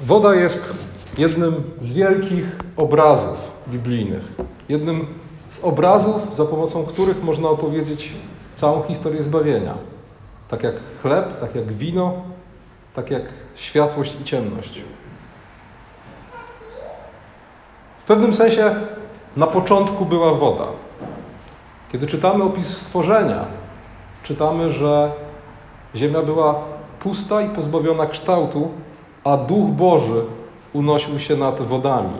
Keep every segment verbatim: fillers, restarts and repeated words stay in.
Woda jest jednym z wielkich obrazów biblijnych. Jednym z obrazów, za pomocą których można opowiedzieć całą historię zbawienia. Tak jak chleb, tak jak wino, tak jak światłość i ciemność. W pewnym sensie na początku była woda. Kiedy czytamy opis stworzenia, czytamy, że ziemia była pusta i pozbawiona kształtu, a Duch Boży unosił się nad wodami.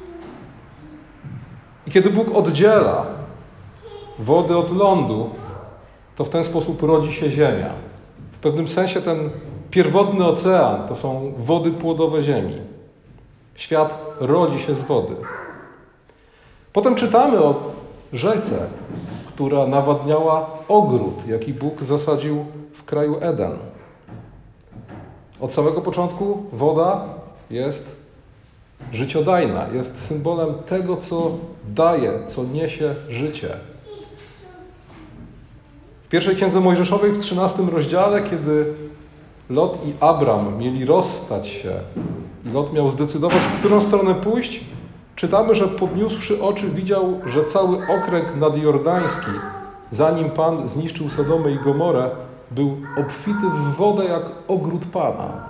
I kiedy Bóg oddziela wody od lądu, to w ten sposób rodzi się ziemia. W pewnym sensie ten pierwotny ocean to są wody płodowe ziemi. Świat rodzi się z wody. Potem czytamy o rzece, która nawadniała ogród, jaki Bóg zasadził w kraju Eden. Od samego początku woda jest życiodajna, jest symbolem tego, co daje, co niesie życie. W pierwszej Księdze Mojżeszowej w trzynastym rozdziale, kiedy Lot i Abram mieli rozstać się i Lot miał zdecydować, w którą stronę pójść, czytamy, że podniósłszy oczy widział, że cały okręg nadjordański, zanim Pan zniszczył Sodomę i Gomorę, był obfity w wodę jak ogród Pana.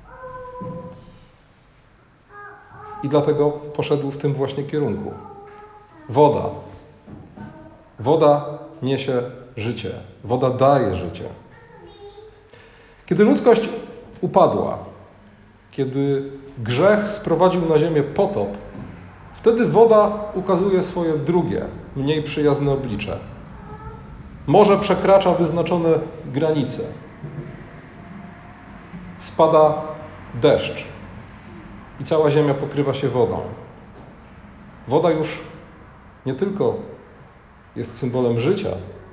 I dlatego poszedł w tym właśnie kierunku. Woda. Woda niesie życie. Woda daje życie. Kiedy ludzkość upadła, kiedy grzech sprowadził na ziemię potop, wtedy woda ukazuje swoje drugie, mniej przyjazne oblicze. Morze przekracza wyznaczone granice. Spada deszcz i cała ziemia pokrywa się wodą. Woda już nie tylko jest symbolem życia,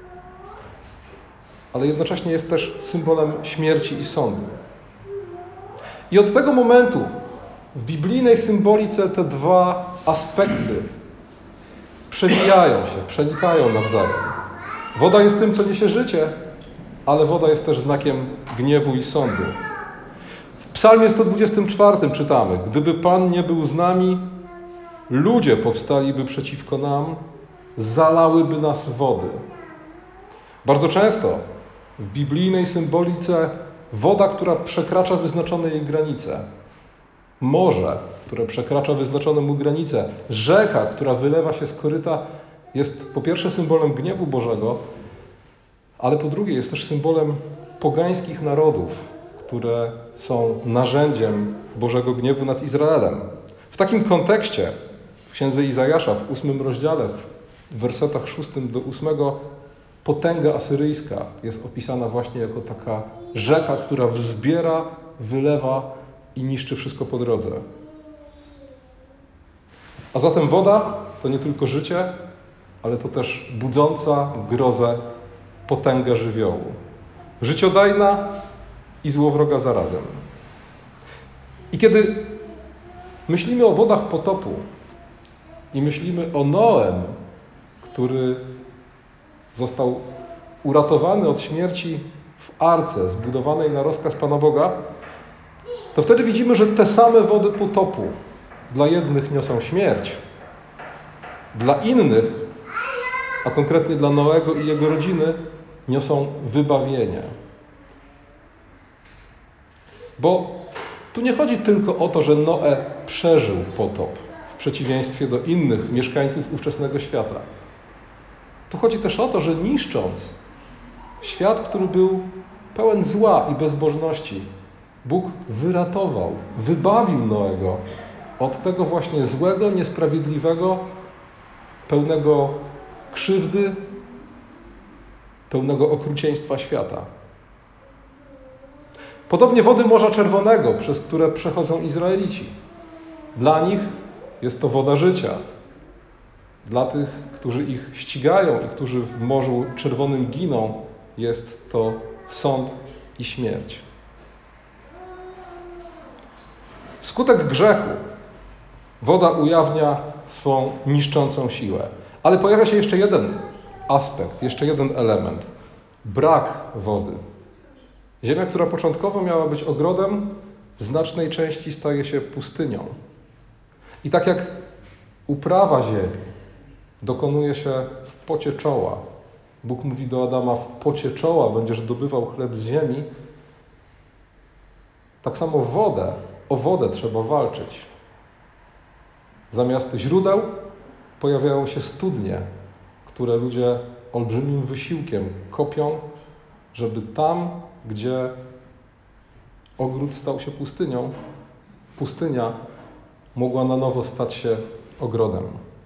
ale jednocześnie jest też symbolem śmierci i sądu. I od tego momentu w biblijnej symbolice te dwa aspekty przewijają się, przenikają nawzajem. Woda jest tym, co niesie życie, ale woda jest też znakiem gniewu i sądu. W Psalmie sto dwudziestym czwartym czytamy: gdyby Pan nie był z nami, ludzie powstaliby przeciwko nam, zalałyby nas wody. Bardzo często w biblijnej symbolice woda, która przekracza wyznaczone jej granice, morze, które przekracza wyznaczone mu granice, rzeka, która wylewa się z koryta, jest po pierwsze symbolem gniewu Bożego, ale po drugie jest też symbolem pogańskich narodów, które są narzędziem Bożego gniewu nad Izraelem. W takim kontekście w Księdze Izajasza w ósmym rozdziale, w wersetach szóstym do ósmego, potęga asyryjska jest opisana właśnie jako taka rzeka, która wzbiera, wylewa i niszczy wszystko po drodze. A zatem woda to nie tylko życie, ale to też budząca grozę potęga żywiołu. Życiodajna i złowroga zarazem. I kiedy myślimy o wodach potopu i myślimy o Noem, który został uratowany od śmierci w arce zbudowanej na rozkaz Pana Boga, to wtedy widzimy, że te same wody potopu dla jednych niosą śmierć, dla innych, a konkretnie dla Noego i jego rodziny, niosą wybawienie. Bo tu nie chodzi tylko o to, że Noe przeżył potop w przeciwieństwie do innych mieszkańców ówczesnego świata. Tu chodzi też o to, że niszcząc świat, który był pełen zła i bezbożności, Bóg wyratował, wybawił Noego od tego właśnie złego, niesprawiedliwego, pełnego krzywdy, pełnego okrucieństwa świata. Podobnie wody Morza Czerwonego, przez które przechodzą Izraelici. Dla nich jest to woda życia. Dla tych, którzy ich ścigają i którzy w Morzu Czerwonym giną, jest to sąd i śmierć. Wskutek grzechu woda ujawnia swą niszczącą siłę. Ale pojawia się jeszcze jeden aspekt, jeszcze jeden element. Brak wody. Ziemia, która początkowo miała być ogrodem, w znacznej części staje się pustynią. I tak jak uprawa ziemi dokonuje się w pocie czoła, Bóg mówi do Adama: w pocie czoła będziesz dobywał chleb z ziemi, tak samo wodę, o wodę trzeba walczyć. Zamiast źródeł pojawiają się studnie, które ludzie olbrzymim wysiłkiem kopią, żeby tam, gdzie ogród stał się pustynią, pustynia mogła na nowo stać się ogrodem.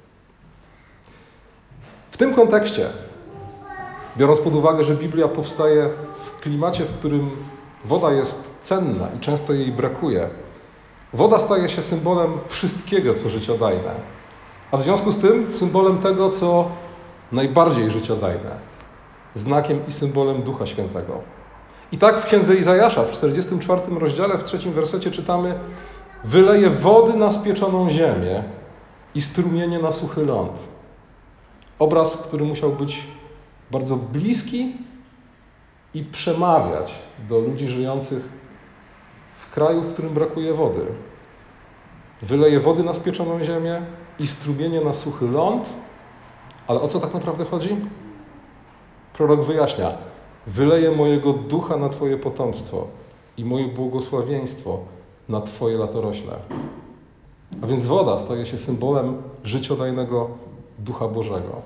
W tym kontekście, biorąc pod uwagę, że Biblia powstaje w klimacie, w którym woda jest cenna i często jej brakuje, woda staje się symbolem wszystkiego, co życiodajne, a w związku z tym symbolem tego, co najbardziej życiodajne, znakiem i symbolem Ducha Świętego. I tak w Księdze Izajasza w czterdziestym czwartym rozdziale, w trzecim wersecie czytamy: wyleje wody na spieczoną ziemię i strumienie na suchy ląd. Obraz, który musiał być bardzo bliski i przemawiać do ludzi żyjących w kraju, w którym brakuje wody. Wyleje wody na spieczoną ziemię i strumienie na suchy ląd. Ale o co tak naprawdę chodzi? Prorok wyjaśnia: wyleję mojego ducha na Twoje potomstwo i moje błogosławieństwo na Twoje latorośle. A więc woda staje się symbolem życiodajnego Ducha Bożego.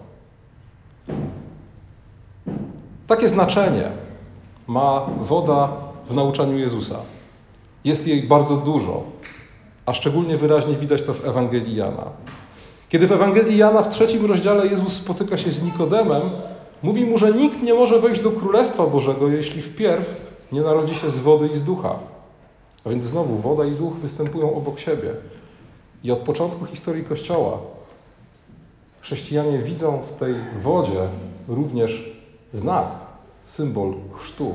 Takie znaczenie ma woda w nauczaniu Jezusa. Jest jej bardzo dużo, a szczególnie wyraźnie widać to w Ewangelii Jana. Kiedy w Ewangelii Jana w trzecim rozdziale Jezus spotyka się z Nikodemem, mówi mu, że nikt nie może wejść do Królestwa Bożego, jeśli wpierw nie narodzi się z wody i z ducha. A więc znowu woda i duch występują obok siebie. I od początku historii Kościoła chrześcijanie widzą w tej wodzie również znak, symbol chrztu.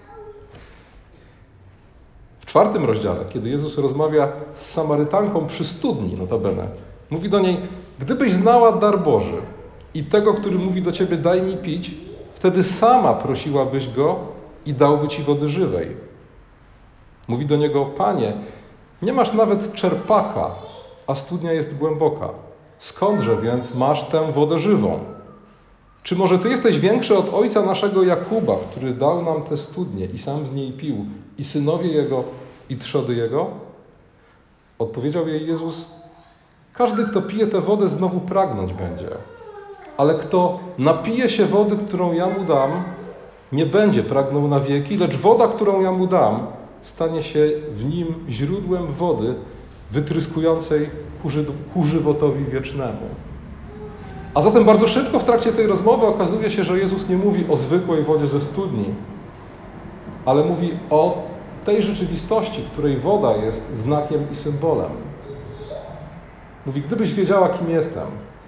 W czwartym rozdziale, kiedy Jezus rozmawia z Samarytanką przy studni, notabene, mówi do niej: gdybyś znała dar Boży i tego, który mówi do ciebie: daj mi pić, wtedy sama prosiłabyś go i dałby ci wody żywej. Mówi do niego: Panie, nie masz nawet czerpaka, a studnia jest głęboka. Skądże więc masz tę wodę żywą? Czy może ty jesteś większy od ojca naszego Jakuba, który dał nam tę studnię i sam z niej pił, i synowie jego, i trzody jego? Odpowiedział jej Jezus: każdy, kto pije tę wodę, znowu pragnąć będzie. Ale kto napije się wody, którą ja mu dam, nie będzie pragnął na wieki, lecz woda, którą ja mu dam, stanie się w nim źródłem wody wytryskującej ku, ży- ku żywotowi wiecznemu. A zatem bardzo szybko w trakcie tej rozmowy okazuje się, że Jezus nie mówi o zwykłej wodzie ze studni, ale mówi o tej rzeczywistości, której woda jest znakiem i symbolem. Mówi: gdybyś wiedziała, kim jestem,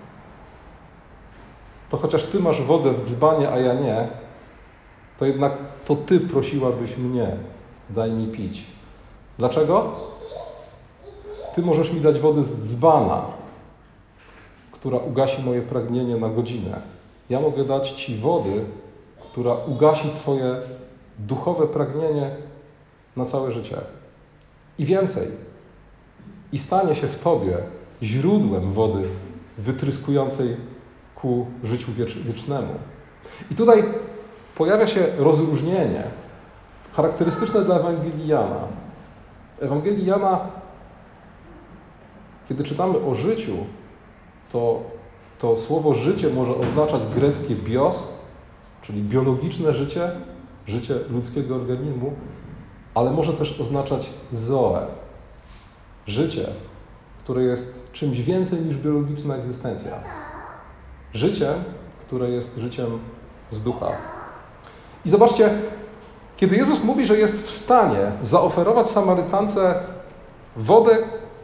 to chociaż ty masz wodę w dzbanie, a ja nie, to jednak to ty prosiłabyś mnie: daj mi pić. Dlaczego? Ty możesz mi dać wodę z dzbana, która ugasi moje pragnienie na godzinę. Ja mogę dać ci wody, która ugasi twoje duchowe pragnienie na całe życie. I więcej. I stanie się w tobie źródłem wody wytryskującej ku życiu wiecz- wiecznemu. I tutaj pojawia się rozróżnienie charakterystyczne dla Ewangelii Jana. W Ewangelii Jana, kiedy czytamy o życiu, to, to słowo życie może oznaczać greckie bios, czyli biologiczne życie, życie ludzkiego organizmu, ale może też oznaczać zoe, życie, które jest czymś więcej niż biologiczna egzystencja. Życie, które jest życiem z ducha. I zobaczcie, kiedy Jezus mówi, że jest w stanie zaoferować Samarytance wodę,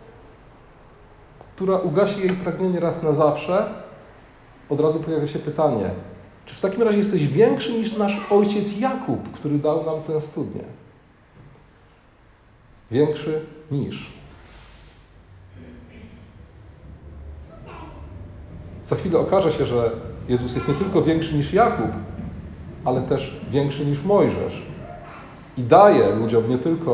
która ugasi jej pragnienie raz na zawsze, od razu pojawia się pytanie: czy w takim razie jesteś większy niż nasz ojciec Jakub, który dał nam tę studnię? Większy niż. Za chwilę okaże się, że Jezus jest nie tylko większy niż Jakub, ale też większy niż Mojżesz. I daje ludziom nie tylko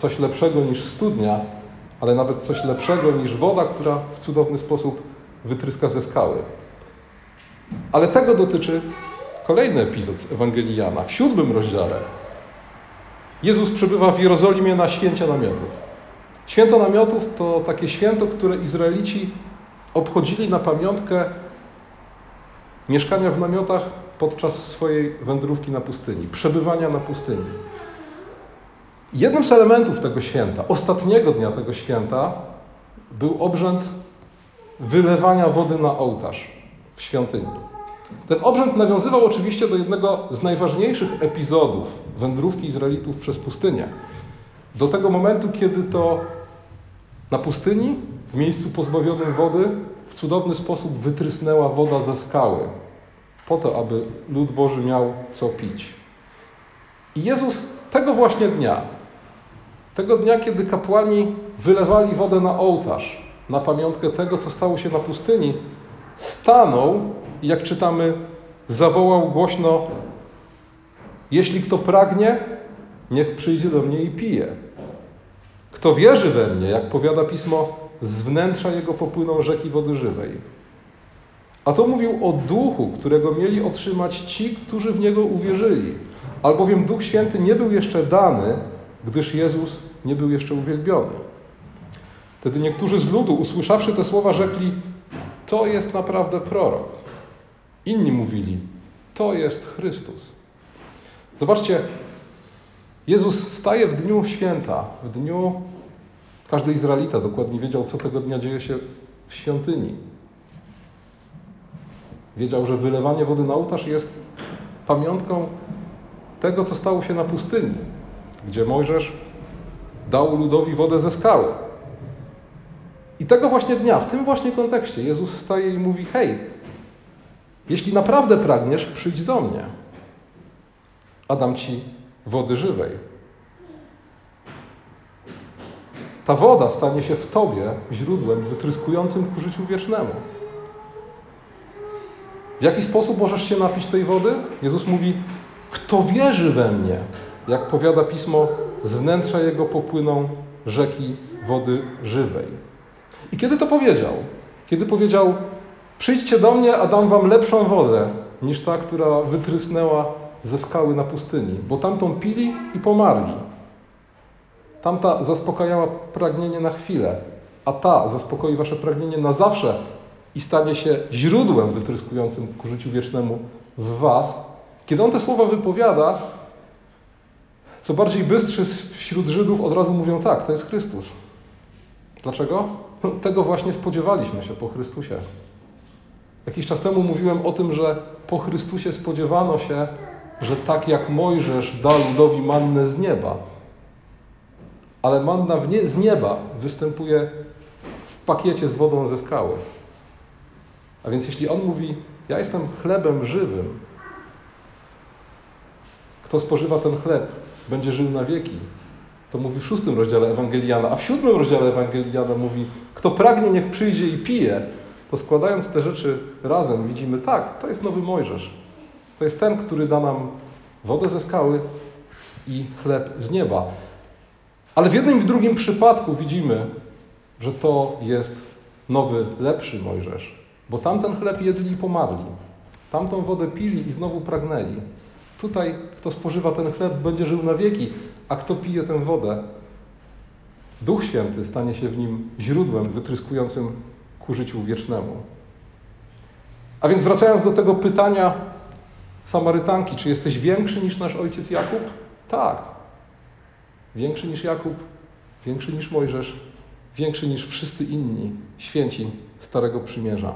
coś lepszego niż studnia, ale nawet coś lepszego niż woda, która w cudowny sposób wytryska ze skały. Ale tego dotyczy kolejny epizod z Ewangelii Jana. W siódmym rozdziale Jezus przebywa w Jerozolimie na święcie namiotów. Święto namiotów to takie święto, które Izraelici obchodzili na pamiątkę mieszkania w namiotach podczas swojej wędrówki na pustyni, przebywania na pustyni. Jednym z elementów tego święta, ostatniego dnia tego święta, był obrzęd wylewania wody na ołtarz w świątyni. Ten obrzęd nawiązywał oczywiście do jednego z najważniejszych epizodów wędrówki Izraelitów przez pustynię. Do tego momentu, kiedy to na pustyni, w miejscu pozbawionym wody, w cudowny sposób wytrysnęła woda ze skały, po to, aby lud Boży miał co pić. I Jezus tego właśnie dnia, tego dnia, kiedy kapłani wylewali wodę na ołtarz, na pamiątkę tego, co stało się na pustyni, stanął i, jak czytamy, zawołał głośno: jeśli kto pragnie, niech przyjdzie do mnie i pije. Kto wierzy we mnie, jak powiada Pismo, z wnętrza jego popłyną rzeki wody żywej. A to mówił o duchu, którego mieli otrzymać ci, którzy w niego uwierzyli. Albowiem Duch Święty nie był jeszcze dany, gdyż Jezus nie był jeszcze uwielbiony. Wtedy niektórzy z ludu, usłyszawszy te słowa, rzekli: to jest naprawdę prorok. Inni mówili: to jest Chrystus. Zobaczcie, Jezus staje w dniu święta, w dniu, każdy Izraelita dokładnie wiedział, co tego dnia dzieje się w świątyni. Wiedział, że wylewanie wody na ołtarz jest pamiątką tego, co stało się na pustyni, gdzie Mojżesz dał ludowi wodę ze skały. I tego właśnie dnia, w tym właśnie kontekście Jezus staje i mówi: hej, jeśli naprawdę pragniesz, przyjdź do mnie, a dam ci wody żywej. Ta woda stanie się w tobie źródłem wytryskującym ku życiu wiecznemu. W jaki sposób możesz się napić tej wody? Jezus mówi: kto wierzy we mnie, jak powiada Pismo, z wnętrza jego popłyną rzeki wody żywej. I kiedy to powiedział? Kiedy powiedział: przyjdźcie do mnie, a dam wam lepszą wodę niż ta, która wytrysnęła ze skały na pustyni, bo tamtą pili i pomarli. Tamta zaspokajała pragnienie na chwilę, a ta zaspokoi wasze pragnienie na zawsze i stanie się źródłem wytryskującym ku życiu wiecznemu w was. Kiedy on te słowa wypowiada, co bardziej bystrzy wśród Żydów od razu mówią: tak, to jest Chrystus. Dlaczego? No, tego właśnie spodziewaliśmy się po Chrystusie. Jakiś czas temu mówiłem o tym, że po Chrystusie spodziewano się, że tak jak Mojżesz dał ludowi mannę z nieba, ale manna z nieba występuje w pakiecie z wodą ze skały. A więc jeśli on mówi: ja jestem chlebem żywym, kto spożywa ten chleb, będzie żył na wieki, to mówi w szóstym rozdziale Ewangelii Jana, a w siódmym rozdziale Ewangelii Jana mówi: kto pragnie, niech przyjdzie i pije. To składając te rzeczy razem widzimy: tak, to jest nowy Mojżesz. To jest ten, który da nam wodę ze skały i chleb z nieba. Ale w jednym i w drugim przypadku widzimy, że to jest nowy, lepszy Mojżesz. Bo tamten chleb jedli i pomarli. Tamtą wodę pili i znowu pragnęli. Tutaj, kto spożywa ten chleb, będzie żył na wieki, a kto pije tę wodę, Duch Święty stanie się w nim źródłem wytryskującym ku życiu wiecznemu. A więc wracając do tego pytania Samarytanki, czy jesteś większy niż nasz ojciec Jakub? Tak. Większy niż Jakub, większy niż Mojżesz, większy niż wszyscy inni święci Starego Przymierza.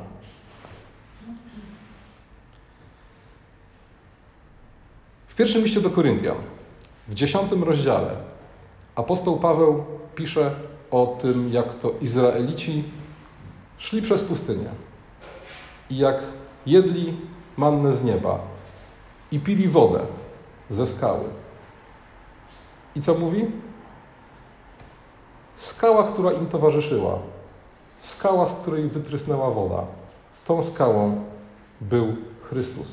W pierwszym liście do Koryntian, w dziesiątym rozdziale, apostoł Paweł pisze o tym, jak to Izraelici szli przez pustynię i jak jedli mannę z nieba i pili wodę ze skały. I co mówi? Skała, która im towarzyszyła, skała, z której wytrysnęła woda, tą skałą był Chrystus.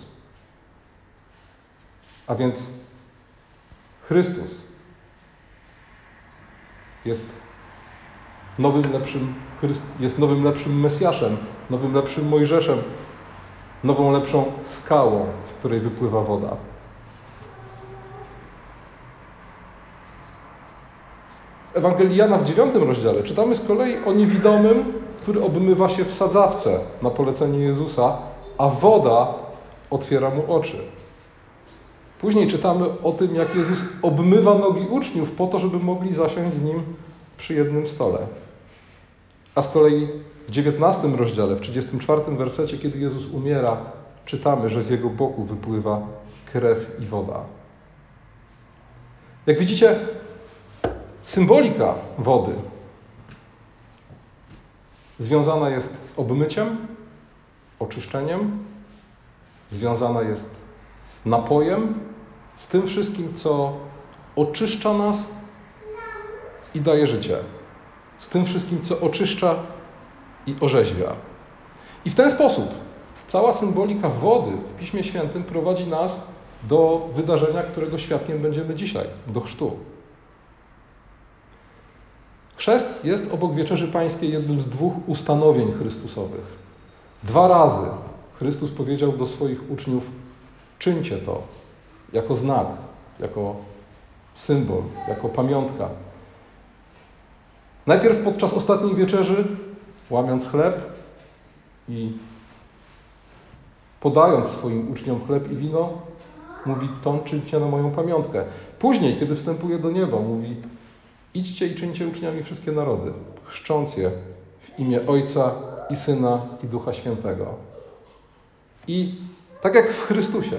A więc Chrystus jest nowym, lepszym, jest nowym, lepszym Mesjaszem, nowym, lepszym Mojżeszem, nową, lepszą skałą, z której wypływa woda. W Ewangelii Jana w dziewiątym rozdziale czytamy z kolei o niewidomym, który obmywa się w sadzawce na polecenie Jezusa, a woda otwiera mu oczy. Później czytamy o tym, jak Jezus obmywa nogi uczniów po to, żeby mogli zasiąść z Nim przy jednym stole. A z kolei w dziewiętnastym rozdziale, w trzydziestym czwartym wersecie, kiedy Jezus umiera, czytamy, że z Jego boku wypływa krew i woda. Jak widzicie, symbolika wody związana jest z obmyciem, oczyszczeniem, związana jest z napojem, z tym wszystkim, co oczyszcza nas i daje życie. Z tym wszystkim, co oczyszcza i orzeźwia. I w ten sposób cała symbolika wody w Piśmie Świętym prowadzi nas do wydarzenia, którego świadkiem będziemy dzisiaj, do chrztu. Chrzest jest obok Wieczerzy Pańskiej jednym z dwóch ustanowień chrystusowych. Dwa razy Chrystus powiedział do swoich uczniów: czyńcie to jako znak, jako symbol, jako pamiątka. Najpierw podczas ostatniej wieczerzy, łamiąc chleb i podając swoim uczniom chleb i wino, mówi: to czyńcie na moją pamiątkę. Później, kiedy wstępuje do nieba, mówi: idźcie i czyńcie uczniami wszystkie narody, chrzcząc je w imię Ojca i Syna i Ducha Świętego. I tak jak w Chrystusie,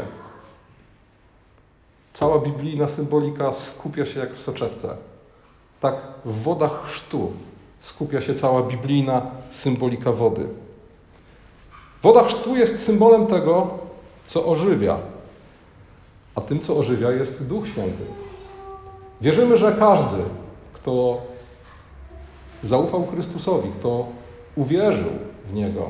cała biblijna symbolika skupia się jak w soczewce. Tak w wodach chrztu skupia się cała biblijna symbolika wody. Woda chrztu jest symbolem tego, co ożywia, a tym, co ożywia, jest Duch Święty. Wierzymy, że każdy, kto zaufał Chrystusowi, kto uwierzył w Niego,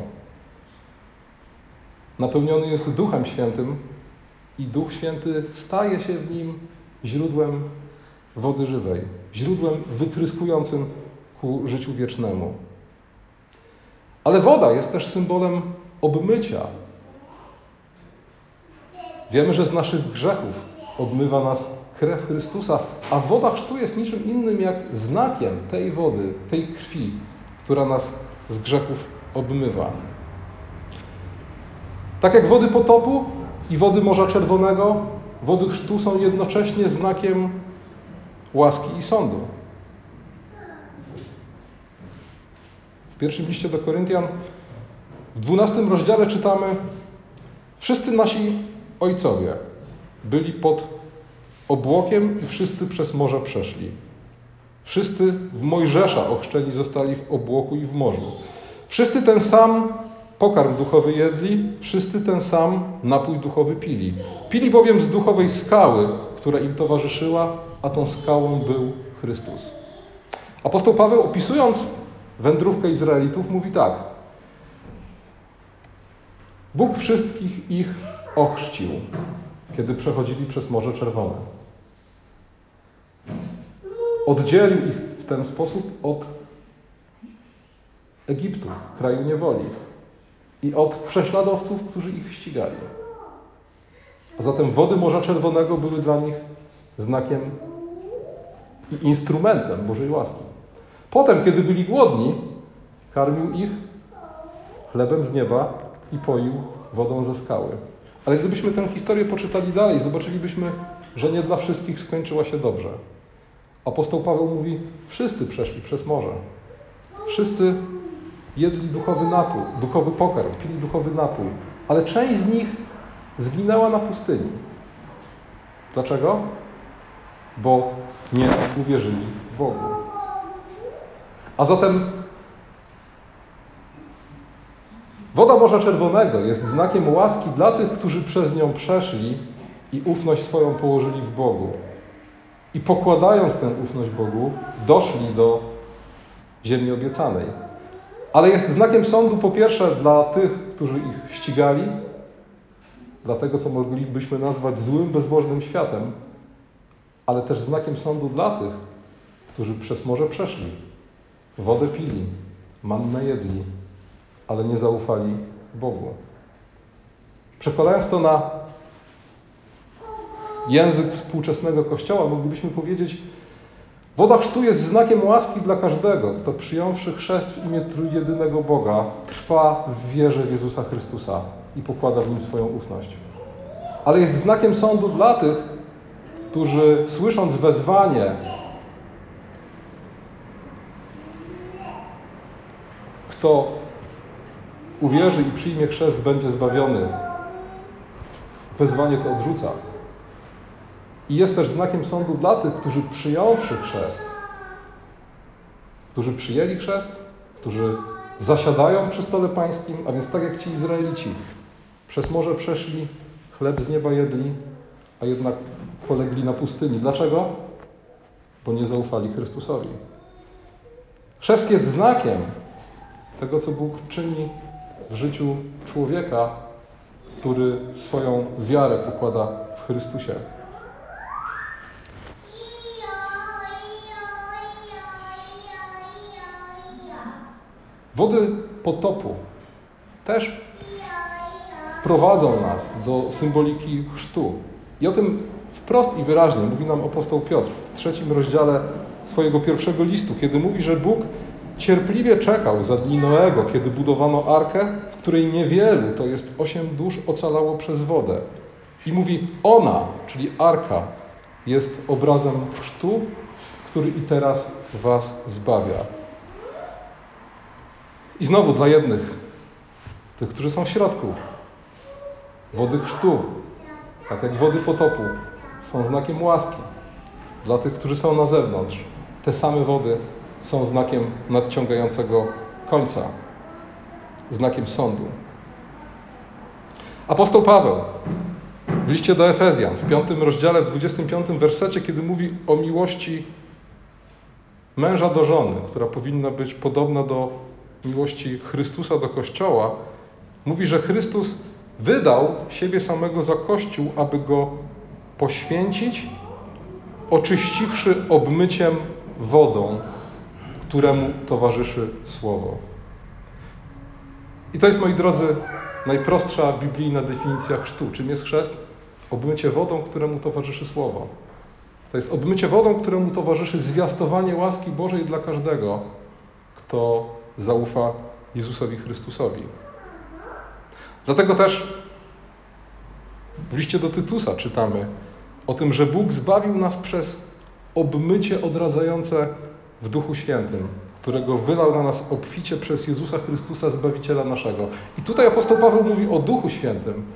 napełniony jest Duchem Świętym i Duch Święty staje się w nim źródłem wody żywej, źródłem wytryskującym ku życiu wiecznemu. Ale woda jest też symbolem obmycia. Wiemy, że z naszych grzechów obmywa nas krew Chrystusa, a woda chrztu jest niczym innym jak znakiem tej wody, tej krwi, która nas z grzechów obmywa. Tak jak wody potopu i wody Morza Czerwonego, wody chrztu są jednocześnie znakiem łaski i sądu. W pierwszym liście do Koryntian w dwunastym rozdziale czytamy: wszyscy nasi ojcowie byli pod obłokiem i wszyscy przez morze przeszli. Wszyscy w Mojżesza ochrzczeni zostali w obłoku i w morzu. Wszyscy ten sam pokarm duchowy jedli, wszyscy ten sam napój duchowy pili. Pili bowiem z duchowej skały, która im towarzyszyła, a tą skałą był Chrystus. Apostoł Paweł, opisując wędrówkę Izraelitów, mówi tak: Bóg wszystkich ich ochrzcił, kiedy przechodzili przez Morze Czerwone. Oddzielił ich w ten sposób od Egiptu, kraju niewoli, i od prześladowców, którzy ich ścigali. A zatem wody Morza Czerwonego były dla nich znakiem i instrumentem Bożej łaski. Potem, kiedy byli głodni, karmił ich chlebem z nieba i poił wodą ze skały. Ale gdybyśmy tę historię poczytali dalej, zobaczylibyśmy, że nie dla wszystkich skończyła się dobrze. Apostoł Paweł mówi: wszyscy przeszli przez morze. Wszyscy jedli duchowy napój, duchowy pokarm, pili duchowy napój, ale część z nich zginęła na pustyni. Dlaczego? Bo nie uwierzyli w Bogu. A zatem woda Morza Czerwonego jest znakiem łaski dla tych, którzy przez nią przeszli i ufność swoją położyli w Bogu. I pokładając tę ufność Bogu, doszli do ziemi obiecanej. Ale jest znakiem sądu po pierwsze dla tych, którzy ich ścigali, dla tego, co moglibyśmy nazwać złym, bezbożnym światem, ale też znakiem sądu dla tych, którzy przez morze przeszli, wodę pili, mannę jedli, ale nie zaufali Bogu. Przekładając to na język współczesnego Kościoła, moglibyśmy powiedzieć, woda chrztu jest znakiem łaski dla każdego, kto przyjąwszy chrzest w imię trójjedynego Boga, trwa w wierze w Jezusa Chrystusa i pokłada w Nim swoją ufność. Ale jest znakiem sądu dla tych, którzy słysząc wezwanie, kto uwierzy i przyjmie chrzest, będzie zbawiony, wezwanie to odrzuca. I jest też znakiem sądu dla tych, którzy przyjąwszy chrzest, którzy przyjęli chrzest, którzy zasiadają przy stole pańskim, a więc tak jak ci Izraelici, przez morze przeszli, chleb z nieba jedli, a jednak polegli na pustyni. Dlaczego? Bo nie zaufali Chrystusowi. Chrzest jest znakiem tego, co Bóg czyni w życiu człowieka, który swoją wiarę pokłada w Chrystusie. Wody potopu też prowadzą nas do symboliki chrztu. I o tym wprost i wyraźnie mówi nam apostoł Piotr w trzecim rozdziale swojego pierwszego listu, kiedy mówi, że Bóg cierpliwie czekał za dni Noego, kiedy budowano arkę, w której niewielu, to jest osiem dusz, ocalało przez wodę. I mówi, ona, czyli arka, jest obrazem chrztu, który i teraz was zbawia. I znowu dla jednych, tych, którzy są w środku, wody chrztu, tak jak wody potopu, są znakiem łaski. Dla tych, którzy są na zewnątrz, te same wody są znakiem nadciągającego końca, znakiem sądu. Apostoł Paweł w liście do Efezjan, w piątym rozdziale, w dwudziestym piątym wersecie, kiedy mówi o miłości męża do żony, która powinna być podobna do miłości Chrystusa do Kościoła, mówi, że Chrystus wydał siebie samego za Kościół, aby go poświęcić, oczyściwszy obmyciem wodą, któremu towarzyszy Słowo. I to jest, moi drodzy, najprostsza biblijna definicja chrztu. Czym jest chrzest? Obmycie wodą, któremu towarzyszy Słowo. To jest obmycie wodą, któremu towarzyszy zwiastowanie łaski Bożej dla każdego, kto zaufa Jezusowi Chrystusowi. Dlatego też w liście do Tytusa czytamy o tym, że Bóg zbawił nas przez obmycie odradzające w Duchu Świętym, którego wylał na nas obficie przez Jezusa Chrystusa, Zbawiciela naszego. I tutaj apostoł Paweł mówi o Duchu Świętym,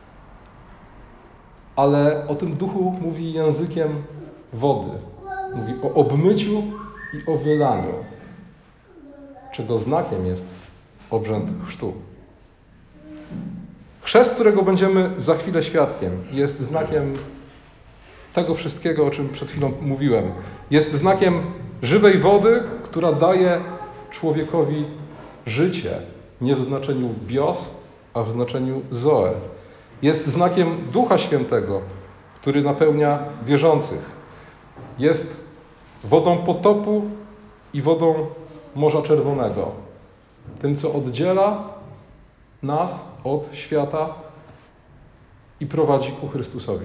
ale o tym Duchu mówi językiem wody. Mówi o obmyciu i o wylaniu, czego znakiem jest obrzęd chrztu. Chrzest, którego będziemy za chwilę świadkiem, jest znakiem tego wszystkiego, o czym przed chwilą mówiłem. Jest znakiem żywej wody, która daje człowiekowi życie, nie w znaczeniu bios, a w znaczeniu zoe. Jest znakiem Ducha Świętego, który napełnia wierzących. Jest wodą potopu i wodą Morza Czerwonego. Tym, co oddziela nas od świata i prowadzi ku Chrystusowi.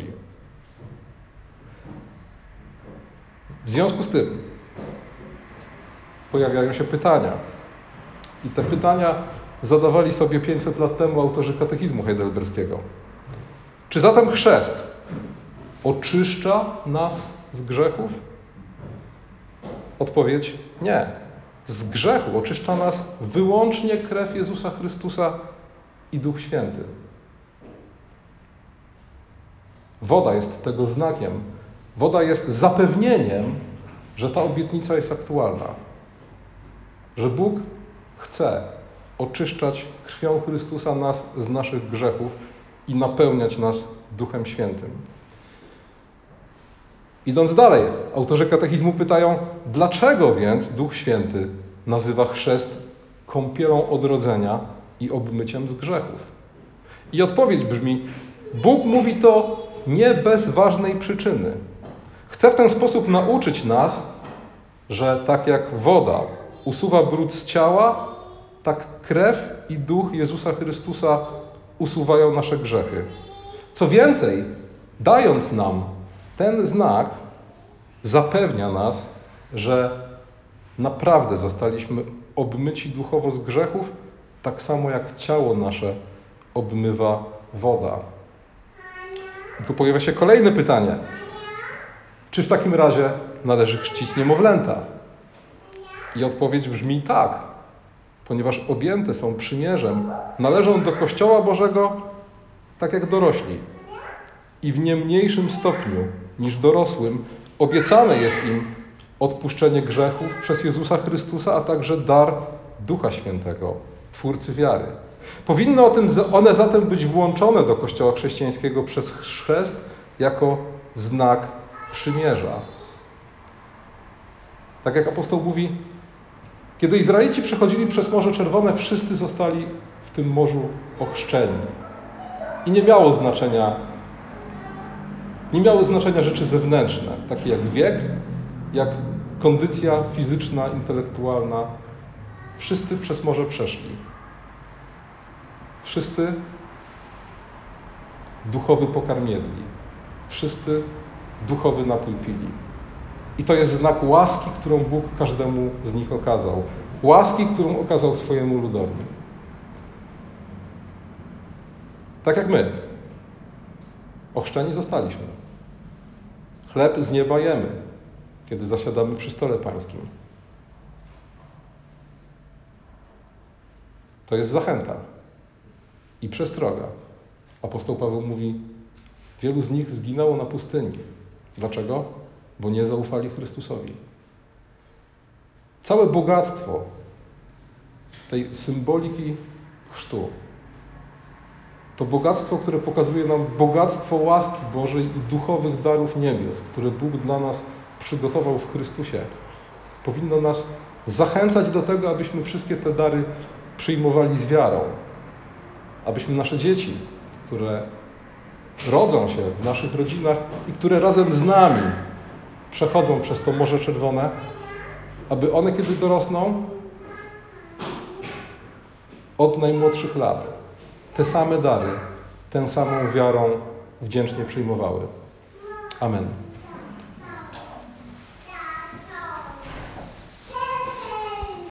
W związku z tym pojawiają się pytania. I te pytania zadawali sobie pięćset lat temu autorzy katechizmu heidelberskiego. Czy zatem chrzest oczyszcza nas z grzechów? Odpowiedź: nie. Z grzechu oczyszcza nas wyłącznie krew Jezusa Chrystusa i Duch Święty. Woda jest tego znakiem. Woda jest zapewnieniem, że ta obietnica jest aktualna. Że Bóg chce oczyszczać krwią Chrystusa nas z naszych grzechów i napełniać nas Duchem Świętym. Idąc dalej, autorzy katechizmu pytają, dlaczego więc Duch Święty nazywa chrzest kąpielą odrodzenia i obmyciem z grzechów? I odpowiedź brzmi, Bóg mówi to nie bez ważnej przyczyny. Chce w ten sposób nauczyć nas, że tak jak woda usuwa brud z ciała, tak krew i duch Jezusa Chrystusa usuwają nasze grzechy. Co więcej, dając nam ten znak, zapewnia nas, że naprawdę zostaliśmy obmyci duchowo z grzechów, tak samo jak ciało nasze obmywa woda. I tu pojawia się kolejne pytanie. Czy w takim razie należy chrzcić niemowlęta? I odpowiedź brzmi tak, ponieważ objęte są przymierzem, należą do Kościoła Bożego tak jak dorośli. I w nie mniejszym stopniu niż dorosłym obiecane jest im odpuszczenie grzechów przez Jezusa Chrystusa, a także dar Ducha Świętego, Twórcy wiary. Powinny o tym, one zatem być włączone do Kościoła chrześcijańskiego przez chrzest jako znak przymierza. Tak jak apostoł mówi, kiedy Izraelici przechodzili przez Morze Czerwone, wszyscy zostali w tym morzu ochrzczeni. I nie miało znaczenia, nie miały znaczenia rzeczy zewnętrzne, takie jak wiek, jak kondycja fizyczna, intelektualna. Wszyscy przez morze przeszli. Wszyscy duchowy pokarm jedli. Wszyscy duchowy napój pili. I to jest znak łaski, którą Bóg każdemu z nich okazał. Łaski, którą okazał swojemu ludowi. Tak jak my. Ochrzczeni zostaliśmy. Chleb z nieba jemy, kiedy zasiadamy przy stole pańskim. To jest zachęta i przestroga. Apostoł Paweł mówi, wielu z nich zginęło na pustyni. Dlaczego? Bo nie zaufali Chrystusowi. Całe bogactwo tej symboliki chrztu to bogactwo, które pokazuje nam bogactwo łaski Bożej i duchowych darów niebios, które Bóg dla nas przygotował w Chrystusie. Powinno nas zachęcać do tego, abyśmy wszystkie te dary przyjmowali z wiarą. Abyśmy nasze dzieci, które rodzą się w naszych rodzinach i które razem z nami przechodzą przez to Morze Czerwone, aby one, kiedy dorosną, od najmłodszych lat te same dary, tę samą wiarą wdzięcznie przyjmowały. Amen.